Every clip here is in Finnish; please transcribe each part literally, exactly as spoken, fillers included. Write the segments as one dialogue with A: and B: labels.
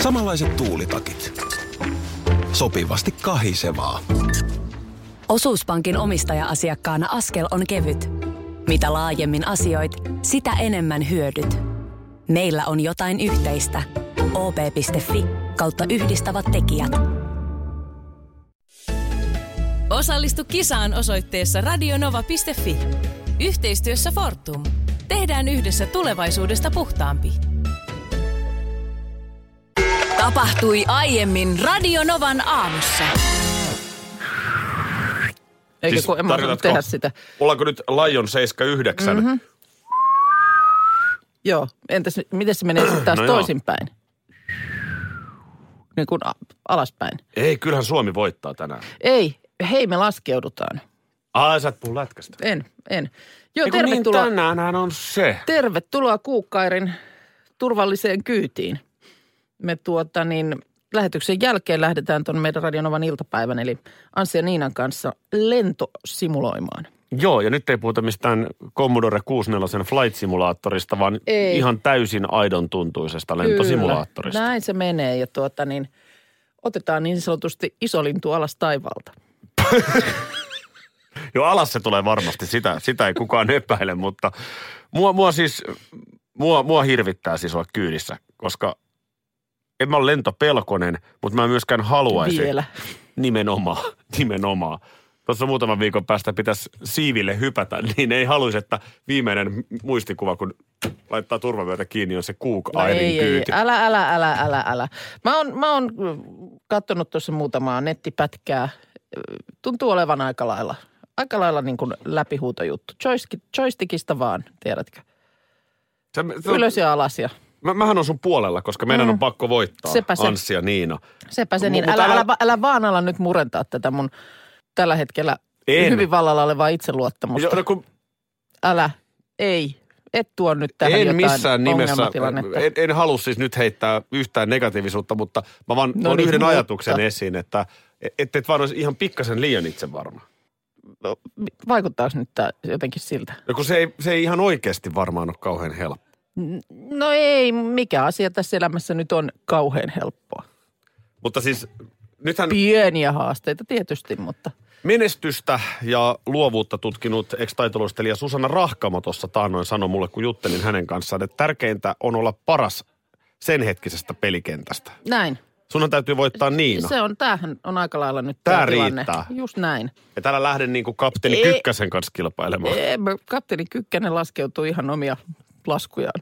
A: Samanlaiset tuulitakit. Sopivasti kahisevaa.
B: Osuuspankin omistaja-asiakkaana askel on kevyt. Mitä laajemmin asioit, sitä enemmän hyödyt. Meillä on jotain yhteistä. o p piste f i kautta yhdistävät tekijät.
C: Osallistu kisaan osoitteessa radionova piste f i. Yhteistyössä Fortum. Tehdään yhdessä tulevaisuudesta puhtaampi. Tapahtui aiemmin Radionovan aamussa.
D: Eikä
E: Siis
D: kun en mä osannut tehdä sitä.
E: Ollaanko nyt Lion seitsemänkymmentäyhdeksän?
D: Mm-hmm. Joo, entäs miten se menee sitten taas
E: No
D: toisinpäin? Niin kuin a- alaspäin.
E: Ei, kyllähän Suomi voittaa tänään.
D: Ei, hei me laskeudutaan.
E: Ai, sä et puhu lätkästä.
D: En, en. Joo,
E: Eiku
D: tervetuloa.
E: Niin tänäänhän on se.
D: Tervetuloa Kuukkairin turvalliseen kyytiin. Me tuota niin, lähetyksen jälkeen lähdetään tuonne meidän Radionovan iltapäivän, eli Anssi ja Niinan kanssa lentosimuloimaan.
E: Joo, ja nyt ei puhuta mistään Commodore kuusikymmentäneljä flight-simulaattorista, vaan
D: ei.
E: ihan täysin aidon tuntuisesta lentosimulaattorista.
D: Kyllä, näin se menee ja tuota niin, otetaan niin sanotusti iso lintu alas taivaalta.
E: Joo, alas se tulee varmasti, sitä, sitä ei kukaan epäile, mutta mua, mua siis, mua, mua hirvittää siis olla kyydissä, koska en mä ole lentopelkonen, mutta mä en myöskään haluaisi.
D: Vielä.
E: Nimenomaan, nimenomaan. Tuossa muutaman viikon päästä pitäisi siiville hypätä, niin ei haluaisi, että viimeinen muistikuva, kun laittaa turvavyötä kiinni, on se Cook
D: No
E: Airin
D: ei,
E: kyyti.
D: ei, älä, älä, älä, älä, älä. Mä oon, mä oon katsonut tuossa muutamaa nettipätkää. Tuntuu olevan aika lailla, aika lailla niin kuin läpihuutojuttu. Joystick, joystickista vaan, tiedätkö?
E: Se, se on,
D: Ylös ja alas ja...
E: mä, mähän on sun puolella, koska meidän
D: Mm.
E: on pakko voittaa,
D: Sepä se.
E: Anssi ja Niina.
D: Sepä se
E: Mu-
D: niin.
E: mutta
D: Älä,
E: älä-
D: älä, älä vaan ala nyt murentaa tätä mun tällä hetkellä
E: En.
D: hyvin vallalla olevaa itseluottamusta.
E: Jo, no kun
D: Älä, ei. Et tuo nyt tähän
E: en
D: jotain
E: missään nimessä,
D: ongelmatilannetta.
E: en, en halua siis nyt heittää yhtään negatiivisuutta, mutta mä vaan
D: No
E: tuon
D: niin,
E: yhden
D: mutta-
E: ajatuksen esiin, että et, et vaan olisi ihan pikkasen liian itsevarma.
D: Vaikuttaako nyt tää jotenkin siltä?
E: Ja kun se ei, se ei ihan oikeasti varmaan ole kauhean helppo.
D: No ei, mikä asia tässä elämässä nyt on kauhean helppoa.
E: Mutta siis nythän
D: Pieniä haasteita tietysti, mutta...
E: menestystä ja luovuutta tutkinut ex-taitoluistelija Susanna Rahkamo tuossa taannoin sanoi mulle, kun juttelin hänen kanssaan, että tärkeintä on olla paras sen hetkisestä pelikentästä.
D: Näin.
E: Sunhan täytyy voittaa Niina.
D: Se on, tämähän on aika lailla nyt
E: Tää
D: tää tilanne.
E: riittää.
D: Just näin.
E: Ja täällä lähden niin kuin kapteeni
D: Ei.
E: Kykkäsen kanssa kilpailemaan.
D: Ei, kapteeni Kykkänen laskeutuu ihan omia laskujaan.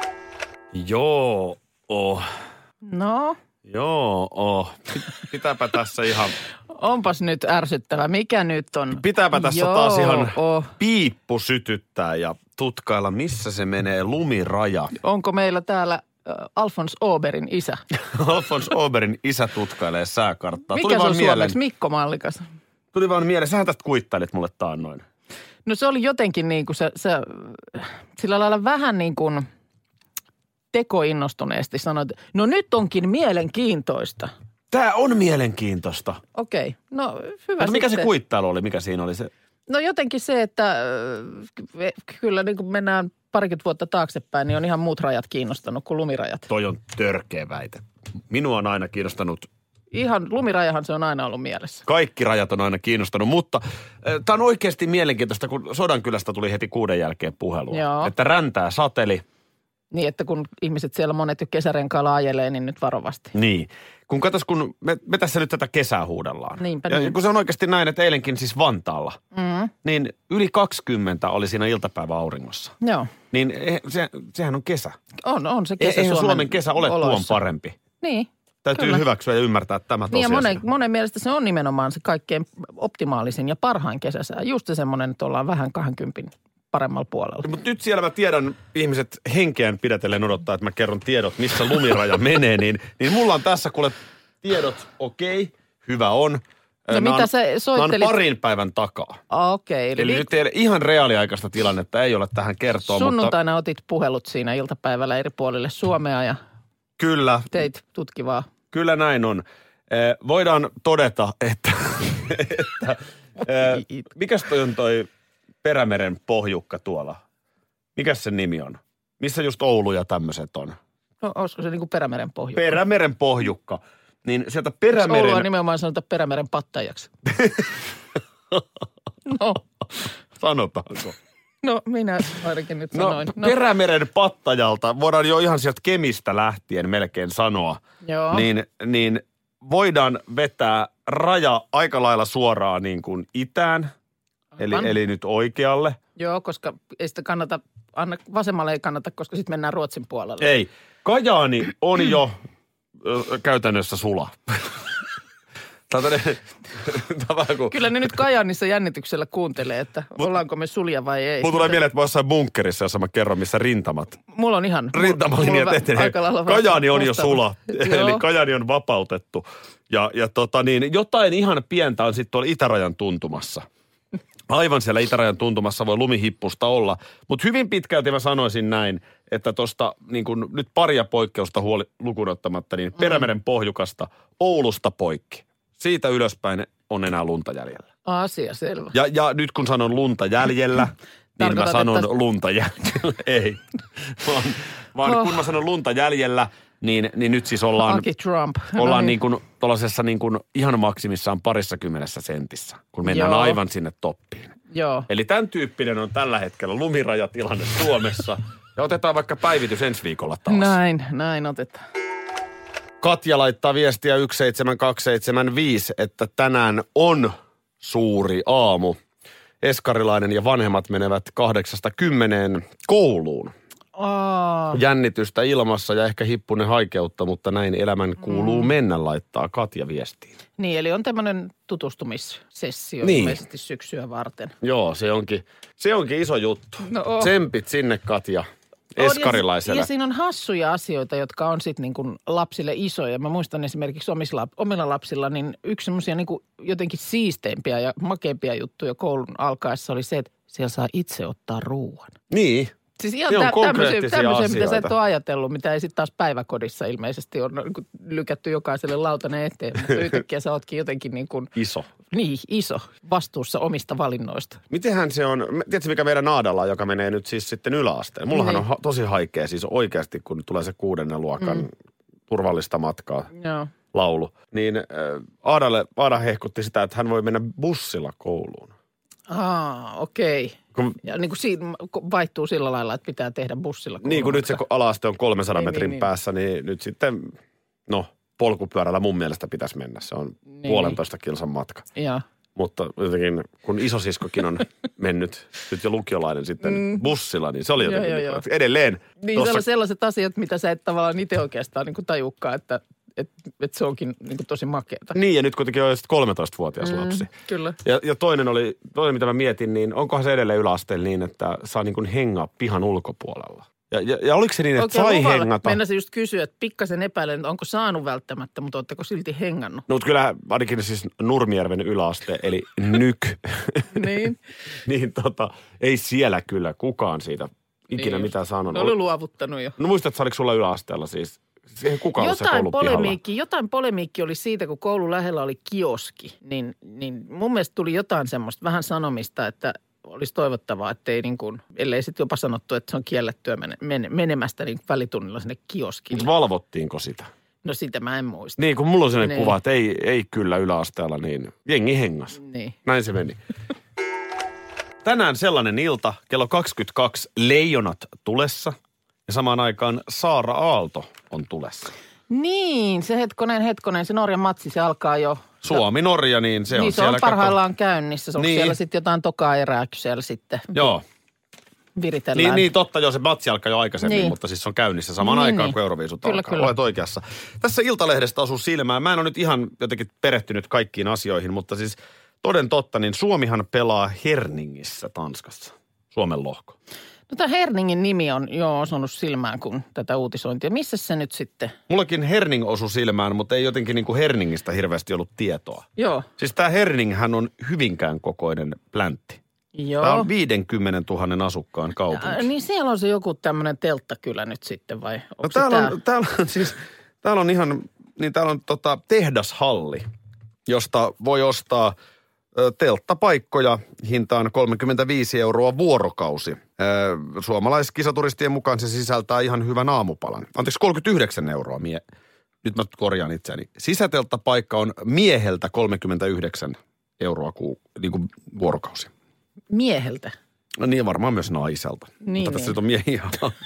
E: Joo, oh.
D: No,
E: Joo, oh. Pitääpä tässä ihan,
D: onpas nyt ärsyttävä. Mikä nyt on?
E: pitääpä tässä
D: Joo,
E: taas ihan
D: oh.
E: piippu sytyttää ja tutkailla, missä se menee lumiraja.
D: Onko meillä täällä äh, Alfons Oberin isä?
E: Alfons Oberin isä tutkailee sääkarttaa.
D: Mikä
E: Tuli
D: se
E: vaan
D: on
E: mieleen,
D: suomeksi? Mikko Mallikas.
E: tuli vaan mieleen, sähän tästä kuittailit mulle taannoin.
D: No se oli jotenkin niin kuin se, se sillä lailla vähän niin kuin tekoinnostuneesti sanoit, no nyt onkin mielenkiintoista.
E: Tää on mielenkiintoista.
D: Okei, no hyvä
E: Mutta mikä
D: sitten.
E: se kuittailu oli, mikä siinä oli se?
D: No jotenkin se, että äh, kyllä niin kuin mennään parikymmentä vuotta taaksepäin, niin on ihan muut rajat kiinnostanut kuin lumirajat.
E: Toi on törkeä väite. Minua on aina kiinnostanut,
D: Ihan lumirajahan se on aina ollut mielessä.
E: kaikki rajat on aina kiinnostanut, mutta tämä on oikeasti mielenkiintoista, kun Sodankylästä tuli heti kuuden jälkeen puhelua.
D: Joo.
E: Että räntää sateli.
D: Niin, että kun ihmiset siellä monet jo kesärenkaalla ajelee, niin nyt varovasti.
E: Niin. Kun katsos, kun me, me tässä nyt tätä kesää huudellaan.
D: Niinpä
E: ja
D: niin.
E: kun se on oikeasti näin, että eilenkin siis Vantaalla,
D: Mm.
E: niin yli kaksikymmentä oli siinä iltapäiväauringossa.
D: Joo,
E: Niin e- se, sehän on kesä.
D: on, on se
E: E-
D: kesä
E: eihän
D: Suomen,
E: Suomen kesä ole tuon
D: oloissa.
E: parempi.
D: Niin.
E: Täytyy
D: Kyllä.
E: hyväksyä ja ymmärtää että tämä
D: Niin ja
E: tosiasia.
D: monen, monen mielestä se on nimenomaan se kaikkein optimaalisin ja parhain kesäsää. Just se semmoinen, että ollaan vähän kahdenkympin paremmalla puolella.
E: Mutta nyt siellä mä tiedän, ihmiset henkeään pidätellen odottaa, että mä kerron tiedot, missä lumiraja menee, niin, niin mulla on tässä kuule tiedot, okei, okay, hyvä on.
D: No
E: Nää
D: mitä
E: on,
D: sä
E: nää
D: soittelit?
E: on parin päivän takaa.
D: Okei, eli,
E: Eli
D: eli
E: nyt ei, ihan reaaliaikaista tilannetta ei ole tähän kertoa, mutta
D: sunnuntaina otit puhelut siinä iltapäivällä eri puolille Suomea ja
E: kyllä,
D: teit tutkivaa.
E: kyllä näin on. Eh, voidaan todeta, että, että eh, mikäs toi on toi Perämeren pohjukka tuolla? Mikäs sen nimi on? Missä just Oulu ja tämmöiset on?
D: No olisiko se niin kuin Perämeren pohjukka?
E: Perämeren pohjukka. Niin sieltä Perämeren...
D: Oulua nimenomaan sanotaan Perämeren pattajaksi. No.
E: Sanotaanko?
D: No minä ainakin nyt
E: no,
D: sanoin. No
E: Perämeren pattajalta, voidaan jo ihan sieltä Kemistä lähtien melkein sanoa,
D: Joo.
E: Niin, niin voidaan vetää raja aika lailla suoraan niin kuin itään, eli, eli nyt oikealle.
D: Joo, koska ei sitä kannata, anna, vasemmalle ei kannata, koska sitten mennään Ruotsin puolelle.
E: Ei, Kajaani on jo ö, käytännössä sula. Kun...
D: Kyllä ne nyt Kajaanissa jännityksellä kuuntelee, että Mut, ollaanko me sulja vai ei.
E: Mulla tulee mieleen, että mä jossain bunkkerissa, jossa mä kerron, missä rintamat.
D: Mulla on ihan...
E: Rintamalinjat etenee. Kajaani on jo sula, eli Kajaani on vapautettu. Ja, ja tota niin, jotain ihan pientä on sitten tuolla itärajan tuntumassa. Aivan siellä itärajan tuntumassa voi lumihippusta olla. Mutta hyvin pitkälti mä sanoisin näin, että tuosta niin kun nyt paria poikkeusta huoli, lukuun ottamatta, niin mm. Perämeren pohjukasta Oulusta poikki. Siitä ylöspäin on enää lunta jäljellä.
D: Asia, selvä.
E: Ja, ja nyt kun sanon lunta jäljellä, niin mä sanon että... lunta jäljellä. Ei. Vaan, vaan oh. kun mä sanon lunta jäljellä, niin, niin nyt siis ollaan,
D: Trump.
E: ollaan niin kuin tuollaisessa niin kuin ihan maksimissaan parissa kymmenessä sentissä, kun mennään
D: Joo.
E: aivan sinne toppiin.
D: Joo.
E: Eli tämän tyyppinen on tällä hetkellä lumirajatilanne Suomessa. Ja otetaan vaikka päivitys ensi viikolla taas.
D: Näin, näin otetaan.
E: Katja laittaa viestiä yksi seitsemän kaksi seitsemän viisi, että tänään on suuri aamu. Eskarilainen ja vanhemmat menevät kahdeksasta kymmeneen kouluun.
D: Aa.
E: Jännitystä ilmassa ja ehkä hippunen haikeutta, mutta näin elämän kuuluu mm. mennä, laittaa Katja viestiin.
D: Niin, eli on tämmöinen tutustumissessio
E: niin.
D: ilmeisesti syksyä varten.
E: Joo, se onkin, se onkin iso juttu.
D: No oh.
E: Tsempit sinne, Katja. Eskarilaiselle.
D: Ja, ja siinä on hassuja asioita, jotka on sitten niin kuin lapsille isoja. Mä muistan esimerkiksi omilla, omilla lapsilla, niin yksi semmoisia niin kuin jotenkin siisteimpiä ja makeimpia juttuja koulun alkaessa oli se, että siellä saa itse ottaa ruuan.
E: Niin.
D: Siis ihan tä- tämmöisiä, tämmöisiä mitä sä et ole ajatellut, mitä ei sitten taas päiväkodissa ilmeisesti on niin kuin lykätty jokaiselle lautanen eteen. Mutta yhtäkkiä sä ootkin jotenkin niin kuin...
E: Iso.
D: Niin, iso. Vastuussa omista valinnoista.
E: Mitenhän se on, tiedätkö mikä meidän Naadalla, joka menee nyt siis sitten yläasteen? Mullahan niin. on ha- tosi haikea siis oikeasti, kun tulee se kuudennen luokan mm. turvallista matkaa.
D: Joo.
E: Laulu. Niin äh, Aadalle, Aada hehkutti sitä, että hän voi mennä bussilla kouluun.
D: Aa, okei. Okay.
E: Kun,
D: ja niin kuin siinä vaihtuu sillä lailla, että pitää tehdä bussilla kouluun.
E: Niin, kun nyt se ala-aste on kolmensadan
D: niin,
E: metrin
D: niin,
E: päässä, niin. niin nyt sitten, no, polkupyörällä mun mielestä pitäisi mennä. Se on niin. puolentoista kilsan matka.
D: Ja.
E: Mutta jotenkin, kun isosiskokin on mennyt, nyt jo lukiolainen sitten mm. bussilla, niin se oli jotenkin joo, joo, joo. edelleen.
D: Niin tossa... sellaiset asiat, mitä sä et tavallaan itse oikeastaan niin kuin tajukkaa, että että et se onkin niin kuin tosi makeata.
E: Niin, ja nyt kuitenkin on sitten kolmetoistavuotias mm, lapsi.
D: Kyllä.
E: Ja, ja toinen oli, toinen mitä mä mietin, niin onkohan se edelleen yläasteella niin, että saa niin kuin hengaa pihan ulkopuolella? Ja, ja, ja oliko se niin, että Oikein sai luvalla. hengata?
D: Mennäisin just kysyä, että pikkasen epäilen, että onko saanut välttämättä, mutta ootteko silti hengannut?
E: No, mutta kyllä ainakin siis Nurmijärven yläaste, eli N Y K.
D: niin.
E: niin tota, ei siellä kyllä kukaan siitä ikinä niin. mitään sanonut.
D: Ne oli luovuttanut jo.
E: No muistatko, oliko sulla yläasteella siis?
D: Jotain polemiikki, jotain polemiikki oli siitä, kun koulun lähellä oli kioski, niin, niin mun mielestä tuli jotain semmoista vähän sanomista, että olisi toivottavaa, että ei niin kuin, ellei sitten jopa sanottu, että se on kiellettyä mene, mene, menemästä niin välitunnilla sinne kioskiin.
E: Valvottiinko sitä?
D: No sitä mä en muista.
E: Niin, kun mulla on sellainen niin. kuva, että ei, ei kyllä yläasteella, niin jengi hengas.
D: Niin.
E: Näin se meni. Tänään sellainen ilta, kello kaksikymmentäkaksi, Leijonat tulessa. Ja samaan aikaan Saara Aalto on tulessa.
D: Niin, se hetkonen, hetkonen, se Norjan matsi, se alkaa jo.
E: Suomi-Norja, niin se
D: niin,
E: on
D: se
E: siellä.
D: Niin, se on parhaillaan kato... käynnissä. Se on
E: niin.
D: siellä sitten jotain tokaa erää siellä sitten.
E: Joo.
D: Viritellään.
E: Niin, niin totta, joo, se matsi alkaa jo aikaisemmin,
D: niin.
E: mutta siis se on käynnissä samaan
D: niin,
E: aikaan,
D: niin.
E: kun Euroviisut
D: kyllä,
E: alkaa.
D: Kyllä.
E: Olet oikeassa. Tässä Iltalehdestä osuu silmään. Mä en ole nyt ihan jotenkin perehtynyt kaikkiin asioihin, mutta siis toden totta, niin Suomihan pelaa Herningissä Tanskassa. Suomen lohko.
D: No tämä Herningin nimi on jo osunut silmään, kun tätä uutisointia. Missä se nyt sitten?
E: Mullakin Herning osui silmään, mutta ei jotenkin niin kuin Herningistä hirveästi ollut tietoa.
D: Joo.
E: Siis tämä Herninghän on Hyvinkään kokoinen pläntti.
D: Joo.
E: Tämä on viisikymmentätuhatta asukkaan kaupunki.
D: Ja, niin siellä on se joku tämmöinen telttakylä nyt sitten vai onko
E: no
D: se
E: täällä
D: tää?
E: on, täällä on siis, täällä on ihan, niin täällä on tota tehdashalli, josta voi ostaa
F: telttapaikkoja hintaan kolmekymmentäviisi euroa vuorokausi. Suomalaiskisaturistien mukaan se sisältää ihan hyvän aamupalan. Anteeksi, kolmekymmentäyhdeksän euroa. Mie- Nyt mä korjaan itseäni. Sisätelttapaikka on mieheltä kolmekymmentäyhdeksän euroa kuu, niin kuin vuorokausi.
D: Mieheltä?
F: No niin, varmaan myös naiselta.
D: Niin,
F: mutta tässä
D: niin.
F: on miehiä.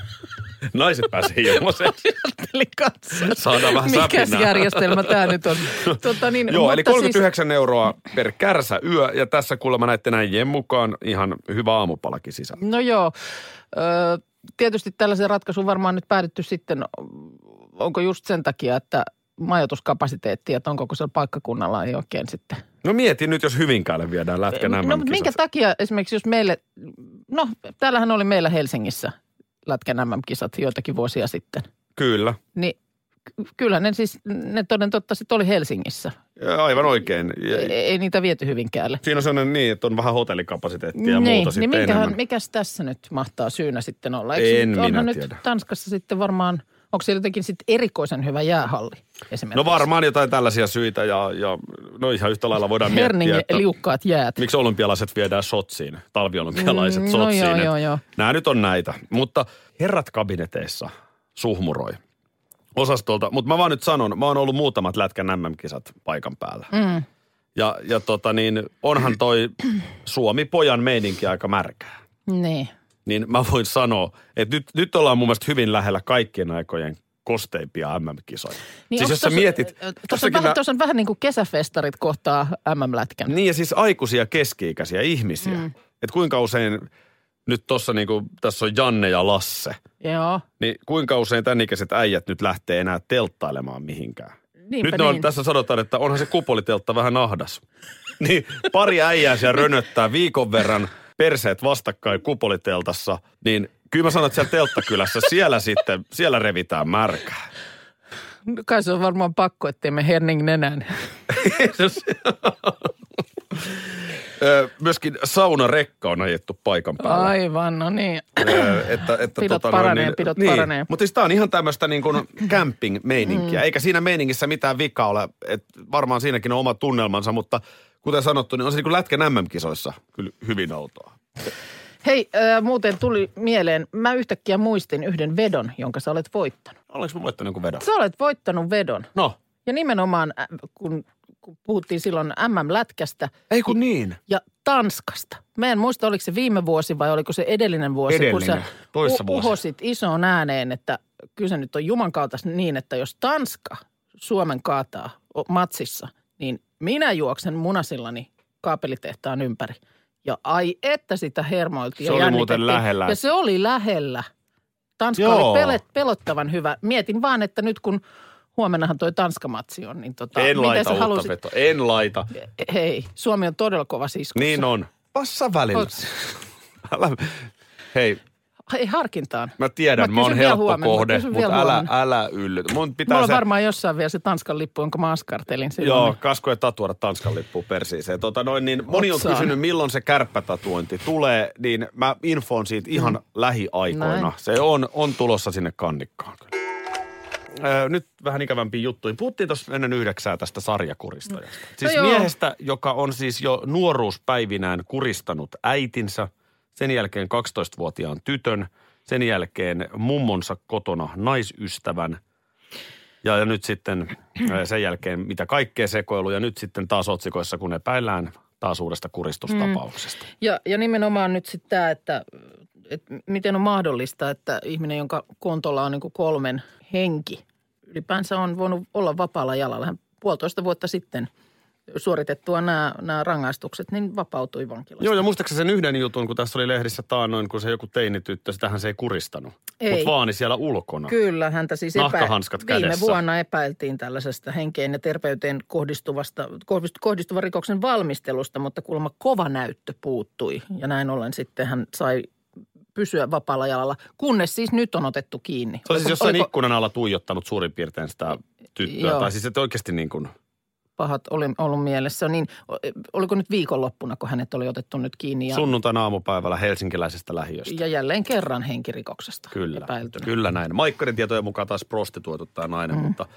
F: Naiset pääsee ilmaiseksi.
D: Ajattelin kanssa.
F: Saadaan vähän
D: Mikäs
F: säpinää.
D: järjestelmä tämä nyt on? Tota niin,
F: Joo,
D: mutta
F: eli kolmekymmentäyhdeksän siis... euroa per kärsä yö, ja tässä kuulemma näiden näijien mukaan ihan hyvä aamupalakin sisällä.
D: No joo, ö, tietysti tällaisen ratkaisun varmaan nyt päädytty sitten, onko just sen takia, että majoituskapasiteetti, että onko siellä paikkakunnalla ei oikein sitten.
F: No mietin nyt, jos Hyvinkäälle viedään Lätkän M M-kisat.
D: No minkä takia esimerkiksi jos meille, no täällähän oli meillä Helsingissä Lätkän M M-kisat joitakin vuosia sitten.
F: Kyllä.
D: Niin kyllä ne siis, ne toden totta sitten oli Helsingissä.
F: Ja aivan oikein.
D: Ei, ei niitä viety Hyvinkäälle.
F: Siinä on sellainen niin, että on vähän hotellikapasiteettia ja
D: niin,
F: muuta sitten
D: niin minkähän,
F: enemmän.
D: mikäs tässä nyt mahtaa syynä sitten olla?
F: En
D: Eikö,
F: minä
D: onhan
F: tiedä.
D: nyt Tanskassa sitten varmaan, onko siellä jotenkin sitten erikoisen hyvä jäähalli esimerkiksi?
F: No varmaan jotain tällaisia syitä ja, ja no ihan yhtä lailla voidaan
D: Herningen
F: miettiä, että
D: liukkaat jäät.
F: miksi olympialaiset viedään Sotsiin, talviolympialaiset
D: Mm, no
F: Sotsiin.
D: joo,
F: Et
D: joo, joo.
F: Nämä nyt on näitä, mutta herrat kabineteissa suhmuroi osastolta. Mutta mä vaan nyt sanon, mä oon ollut muutamat Lätkän M M-kisat paikan päällä.
D: Mm.
F: Ja, ja tota niin, onhan toi Suomi-pojan meininki aika märkää.
D: Niin.
F: Niin mä voin sanoa, että nyt, nyt ollaan mun mielestä hyvin lähellä kaikkien aikojen kosteimpia M M-kisoja.
D: Niin
F: siis jos sä
D: tossa-
F: mietit...
D: Tuossa on,
F: jossakin
D: vähän,
F: nää-
D: tuossa on vähän niin kuin kesäfestarit kohtaa M M-lätkän.
F: Niin ja siis aikuisia keski-ikäisiä ihmisiä. Mm. Että kuinka usein, nyt tossa niinku, tässä on Janne ja Lasse,
D: Joo.
F: niin kuinka usein tämän ikäiset äijät nyt lähtee enää telttailemaan mihinkään?
D: Niinpä
F: nyt ne on,
D: niin.
F: tässä sanotaan, että onhan se kupoliteltta vähän ahdas. Niin pari äijää siellä rönöttää viikon verran perseet vastakkain kupoliteltassa, niin kyllä mä sanon, että siellä telttakylässä siellä sitten, siellä revitään märkää.
D: Kai se on varmaan pakko, ettei me Herning nenään.
F: Ö, myöskin saunarekka on ajettu paikan päällä.
D: Aivan, no niin.
F: Ö, että, että
D: Pidot
F: tota,
D: paranee,
F: niin,
D: pidot
F: niin.
D: paranee.
F: Mutta siis tää on ihan tämmöistä niin kuin camping-meininkiä. Mm. Eikä siinä meiningissä mitään vikaa ole. Et varmaan siinäkin on oma tunnelmansa, mutta kuten sanottu, niin on se niin kuin Lätkän M M-kisoissa kyllä hyvin outoa.
D: Hei, äh, muuten tuli mieleen, mä yhtäkkiä muistin yhden vedon, jonka sä olet voittanut.
F: Olenko mä voittanut jonkun vedon?
D: Sä olet voittanut vedon.
F: No.
D: Ja nimenomaan, äh, kun, kun puhuttiin silloin M M-lätkästä.
F: Ei kun niin.
D: Ja Tanskasta. Mä en muista, oliko se viime vuosi vai oliko se edellinen vuosi.
F: Edellinen,
D: kun sä
F: toissa
D: u-
F: vuosi.
D: uhosit isoon ääneen, että kyllä se nyt on Juman kaltaista niin, että jos Tanska Suomen kaataa o- matsissa, niin minä juoksen munasillani kaapelitehtaan ympäri. Ja ai että sitä hermoiltiin.
F: Se
D: ja
F: oli muuten
D: jännitettiin.
F: lähellä.
D: Ja se oli lähellä. Tanska
F: Joo.
D: oli pelet, pelottavan hyvä. Mietin vaan, että nyt kun huomennahan toi Tanska-matsi on, niin tota,
F: En
D: miten
F: laita
D: sä
F: uutta
D: halusit?
F: vetoa. En laita.
D: Hei, Suomi on todella kova siskussa.
F: Niin on. Passa välillä.
D: Oot-
F: Älä, hei,
D: Ei harkintaan.
F: mä tiedän,
D: Mä
F: mä, oon
D: kysyn vielä
F: helppo
D: huomenna, mä
F: kohde,
D: kysyn
F: mutta
D: vielä
F: älä,
D: huomenna.
F: älä yllytä. Mun pitää
D: Mulla on
F: se...
D: varmaan jossain vielä se Tanskan lippu, jonka mä askartelin silloin.
F: Joo, kasko ja tatuoida Tanskan lippuun persiiseen. Tota noin, niin moni on
D: Otsaan.
F: kysynyt, milloin se kärppätatuointi tulee, niin mä infoon siitä ihan mm. lähiaikoina.
D: Näin.
F: Se on, on tulossa sinne kannikkaan. Öö, nyt vähän ikävämpiä juttuja. Puhuttiin tuossa ennen yhdeksää tästä sarjakuristajasta. Siis
D: joo.
F: miehestä, joka on siis jo nuoruuspäivinään kuristanut äitinsä, sen jälkeen kaksitoistavuotiaan tytön, sen jälkeen mummonsa kotona naisystävän ja, ja nyt sitten ää, sen jälkeen mitä kaikkea sekoilu ja nyt sitten taas otsikoissa, kun epäillään taas uudesta kuristustapauksesta.
D: Ja, ja nimenomaan nyt sitten tämä, että, että miten on mahdollista, että ihminen, jonka kontolla on niin kuin kolmen henki, ylipäänsä on voinut olla vapaalla jalalla. Hän puolitoista vuotta sitten suoritettua nämä, nämä rangaistukset, niin vapautui vankilasta.
F: Joo, ja muistaakseni sen yhden jutun, kun tässä oli lehdissä taannoin, kun se joku teinityttö, sitähän se ei kuristanut.
D: Ei.
F: Mutta vaani siellä ulkona.
D: Kyllä, häntä siis
F: Nahkahanskat
D: viime
F: kädessä.
D: vuonna epäiltiin tällaisesta henkeen ja terveyteen kohdistuvasta, kohdistuvan rikoksen valmistelusta, mutta kuulemma kova näyttö puuttui. Ja näin ollen sitten hän sai pysyä vapaalla jalalla, kunnes siis nyt on otettu kiinni.
F: Se oli siis jossain
D: Oliko
F: ikkunan alla tuijottanut suurin piirtein sitä tyttöä.
D: Joo.
F: Tai siis että oikeasti niin kuin...
D: pahat oli ollut mielessä, niin oliko nyt viikonloppuna, kun hänet oli otettu nyt kiinni? Ja,
F: Sunnuntaina aamupäivällä helsinkiläisestä lähiöstä.
D: ja jälleen kerran henkirikoksesta
F: Kyllä,
D: epäiltynä.
F: kyllä näin. Maikkarin tietojen mukaan taas prostituoitu tämä nainen, mm. mutta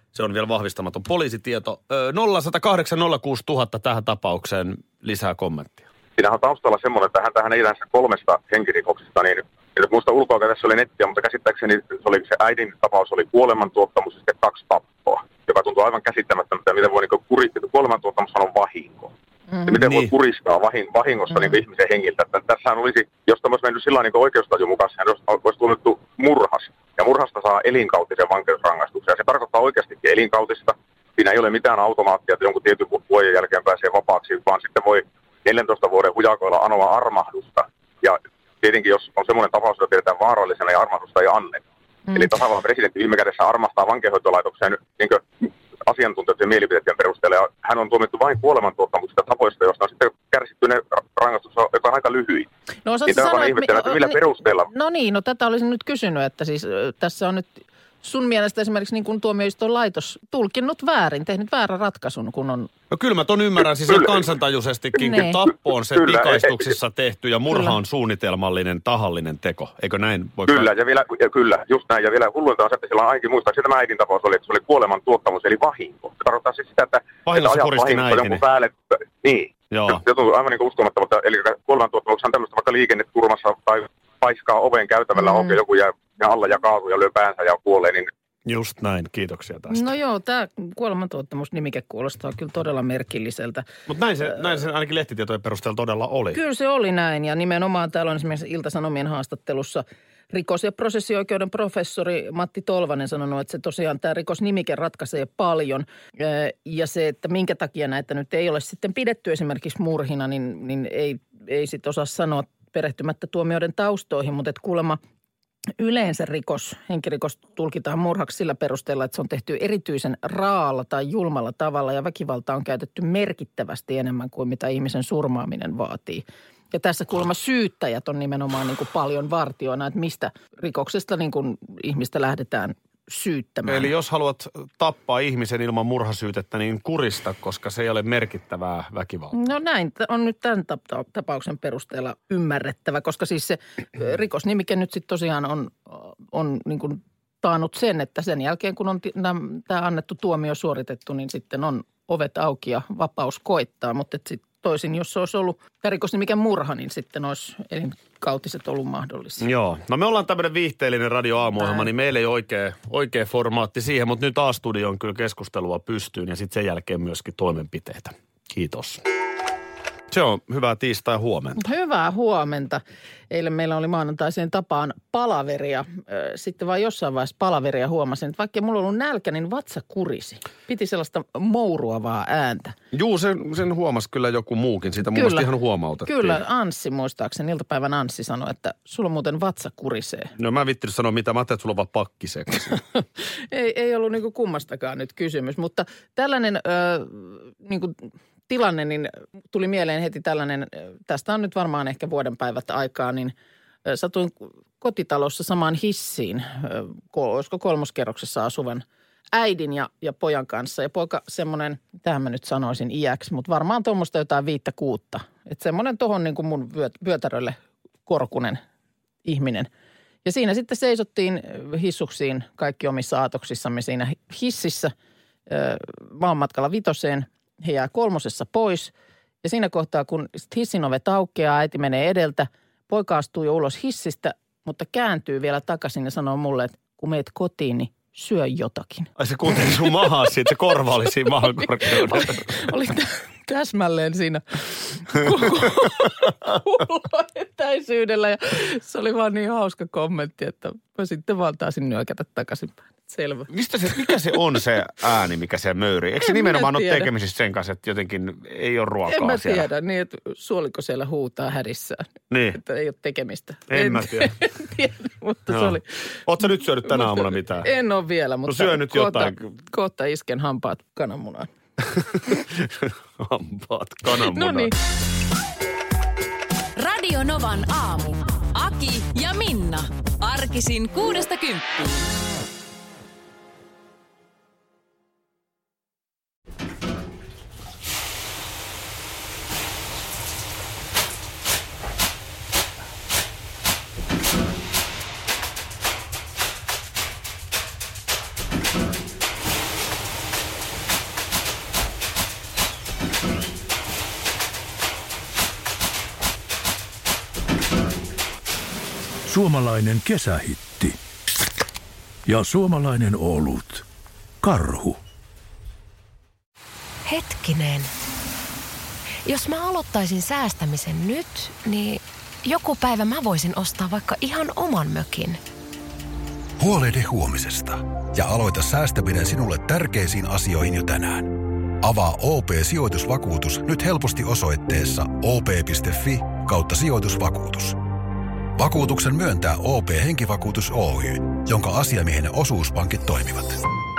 F: Se on vielä vahvistamaton poliisitieto. nolla yksi nolla kahdeksan nolla kuusi nolla nolla nolla tähän tapaukseen lisää kommenttia.
G: Siinähän on taustalla semmoinen, että hän tähän ei lähdessä kolmesta henkirikoksesta, niin muista ulkoa tässä oli nettiä, mutta käsittääkseni se, oli, se äidin tapaus oli kuolemantuottamus ja sitten kaksi tappoa, joka tuntuu aivan käsittämättömältä, miten voi niin kuristaa, kuolemantuottamushan on vahinko. Mm, ja miten niin. voi kuristaa vahingossa mm. niin ihmisen hengiltä. Tässähän olisi, jos tämä olisi mennyt sillä niin oikeustajun mukaan, hän olisi tuomittu murhas. Ja murhasta saa elinkautisen vankeusrangaistuksen. Ja se tarkoittaa oikeastikin elinkautista. Siinä ei ole mitään automaattia, että jonkun tietyn vuoden jälkeen pääsee vapaaksi, vaan sitten voi neljäntoista vuoden hujakoilla anoa armahdusta. Ja tietenkin, jos on semmoinen tapaus, jota pidetään vaarallisena ja armahdusta ei anneta. Mm. Eli tasavallan presidentti viime kädessä armahtaa vankeinhoitolaitokseen niin asiantuntijoiden mielipiteiden perusteella. Ja hän on tuomittu vain kuolemantuottamuksista tapoista, josta on sitten kärsitty ne rangaistus, joka on aika lyhyin.
D: No
G: niin tämä on ihmettellä, että millä perusteella.
D: No niin, no tätä olisin nyt kysynyt, että siis tässä on nyt sun mielestä esimerkiksi niin kuin tuomioistuin laitos tulkinnut väärin, tehnyt väärän ratkaisun, kun on...
F: No kyllä mä ton ymmärrän, siis on kansantajuisestikin, kun tappo on se kyllä, pikaistuksissa ei, tehty ja murha kyllä. on suunnitelmallinen, tahallinen teko. Eikö näin voi
G: Kyllä, ja vielä, ja kyllä, just näin. Ja vielä hulluinta on se, että sillä on ainakin muistaakseni tämä äidin tapaus oli, että se oli kuoleman tuottamus, eli vahinko. Se tarkoittaa siis sitä, että...
F: Vahingossa kuristi äitini.
G: Päälle, niin,
F: joo.
G: Se tuntuu aivan niin kuin uskomattavalta. Eli kuoleman tuottamuksessa on tämmöistä vaikka liikenneturmassa tai paiskaa oven käytävällä, mm. onkin joku jää ja alla ja kaatuu ja lyö päänsä ja kuolee, niin...
F: Just näin, kiitoksia tästä.
D: No joo, tämä kuolemantuottamusnimike kuulostaa kyllä todella merkilliseltä.
F: Mutta näin se, näin se ainakin lehtitietojen perusteella todella oli.
D: Kyllä se oli näin ja nimenomaan täällä on esimerkiksi Ilta-Sanomien haastattelussa rikos- ja prosessioikeuden professori Matti Tolvanen sanonut, että se tosiaan tämä rikosnimike ratkaisee paljon. Ja se, että minkä takia näitä nyt ei ole sitten pidetty esimerkiksi murhina, niin, niin ei, ei sitten osaa sanoa perehtymättä tuomioiden taustoihin, mutta että kuulemma yleensä rikos, henkirikos tulkitaan murhaksi sillä perusteella, että se on tehty erityisen raalla tai julmalla tavalla ja väkivalta on käytetty merkittävästi enemmän kuin mitä ihmisen surmaaminen vaatii. Ja tässä kuulemma syyttäjät on nimenomaan niin kuin paljon vartioina, että mistä rikoksesta niin kuin ihmistä lähdetään syyttämään.
F: Eli jos haluat tappaa ihmisen ilman murhasyytettä, niin kurista, koska se ei ole merkittävää väkivaltaa.
D: No näin on nyt tämän tapauksen perusteella ymmärrettävä, koska siis se rikosnimike nyt sitten tosiaan on, on niin kuin taannut sen, että sen jälkeen kun on tämä annettu tuomio suoritettu, niin sitten on ovet auki ja vapaus koittaa, mutta sitten toisin, jos se olisi ollut rikosnimike murha, niin sitten olisi elinkautiset ollut mahdollisia.
F: Joo. No me ollaan tämmöinen viihteellinen radio-aamuohjelma, niin meillä ei ole oikea, oikea formaatti siihen, mutta nyt A-studio on kyllä keskustelua pystyyn ja sitten sen jälkeen myöskin toimenpiteitä. Kiitos. Se on hyvää tiistai huomenta.
D: Hyvää huomenta. Eilen meillä oli maanantaiseen tapaan palaveria. Sitten vaan jossain vaiheessa palaveria huomasin, että vaikka mulla on ollut nälkä, niin vatsa kurisi. Piti sellaista mouruavaa ääntä.
F: Juu, sen, sen huomasi kyllä joku muukin. Siitä mun mielestä ihan huomautettiin.
D: Kyllä, Anssi muistaakseni, iltapäivän Anssi sanoi, että sulla muuten vatsa kurisee.
F: No mä en vittinyt sanoa mitä, mä ajattelin, että sulla on vaan pakki sekaisin.
D: ei, ei ollut niinku kummastakaan nyt kysymys, mutta tällainen ö, niinku... tilanne, niin tuli mieleen heti tällainen, tästä on nyt varmaan ehkä vuoden päivät aikaa, niin satuin kotitalossa samaan hissiin, olisiko kolmoskerroksessa asuvan äidin ja, ja pojan kanssa. Ja poika semmoinen, tähän mä nyt sanoisin iäksi, mutta varmaan tuommoista jotain viittä kuutta. Että semmoinen tohon niin kuin mun vyötärölle korkunen ihminen. Ja siinä sitten seisottiin hissuksiin kaikki omissa aatoksissamme siinä hississä maanmatkalla vitoseen. He jää kolmosessa pois ja siinä kohtaa, kun hissin ovet aukeaa, äiti menee edeltä, poika astuu jo ulos hissistä, mutta kääntyy vielä takaisin ja sanoo mulle, että kun meet kotiin, niin syö jotakin.
F: Ai se kuunteli sun mahaa siitä, se korva oli siinä mahan korkeudessa.
D: Oli, oli täsmälleen siinä etäisyydellä ja se oli vaan niin hauska kommentti, että mä sitten vaan taisin nyökätä takaisinpäin. Selvä.
F: Mistä se, mikä se on se ääni, mikä se möyrii? Eikö se nimenomaan ole tekemisissä sen kanssa, että jotenkin ei ole ruokaa
D: siellä? En mä
F: siellä?
D: tiedä, niin että suoliko siellä huutaa hädissään.
F: Niin.
D: Että ei ole tekemistä.
F: En, en mä tiedä.
D: En tiedä, mutta no. Se oli.
F: Ootko nyt syönyt tänä aamuna mitään?
D: En ole vielä, mutta
F: no syö nyt
D: kohta,
F: jotain.
D: Kohta isken hampaat kananmunaan.
F: Hampaat kananmunaan.
D: No niin.
C: Radio Novan aamu. Aki ja Minna. Arkisin kuudesta kymppiin.
H: Suomalainen kesähitti. Ja suomalainen olut. Karhu.
I: Hetkinen. Jos mä aloittaisin säästämisen nyt, niin joku päivä mä voisin ostaa vaikka ihan oman mökin.
J: Huolehdi huomisesta ja aloita säästäminen sinulle tärkeisiin asioihin jo tänään. Avaa O P-sijoitusvakuutus nyt helposti osoitteessa o p piste f i kautta sijoitusvakuutus. Vakuutuksen myöntää O P-henkivakuutus Oy, jonka asiamiehen osuuspankit toimivat.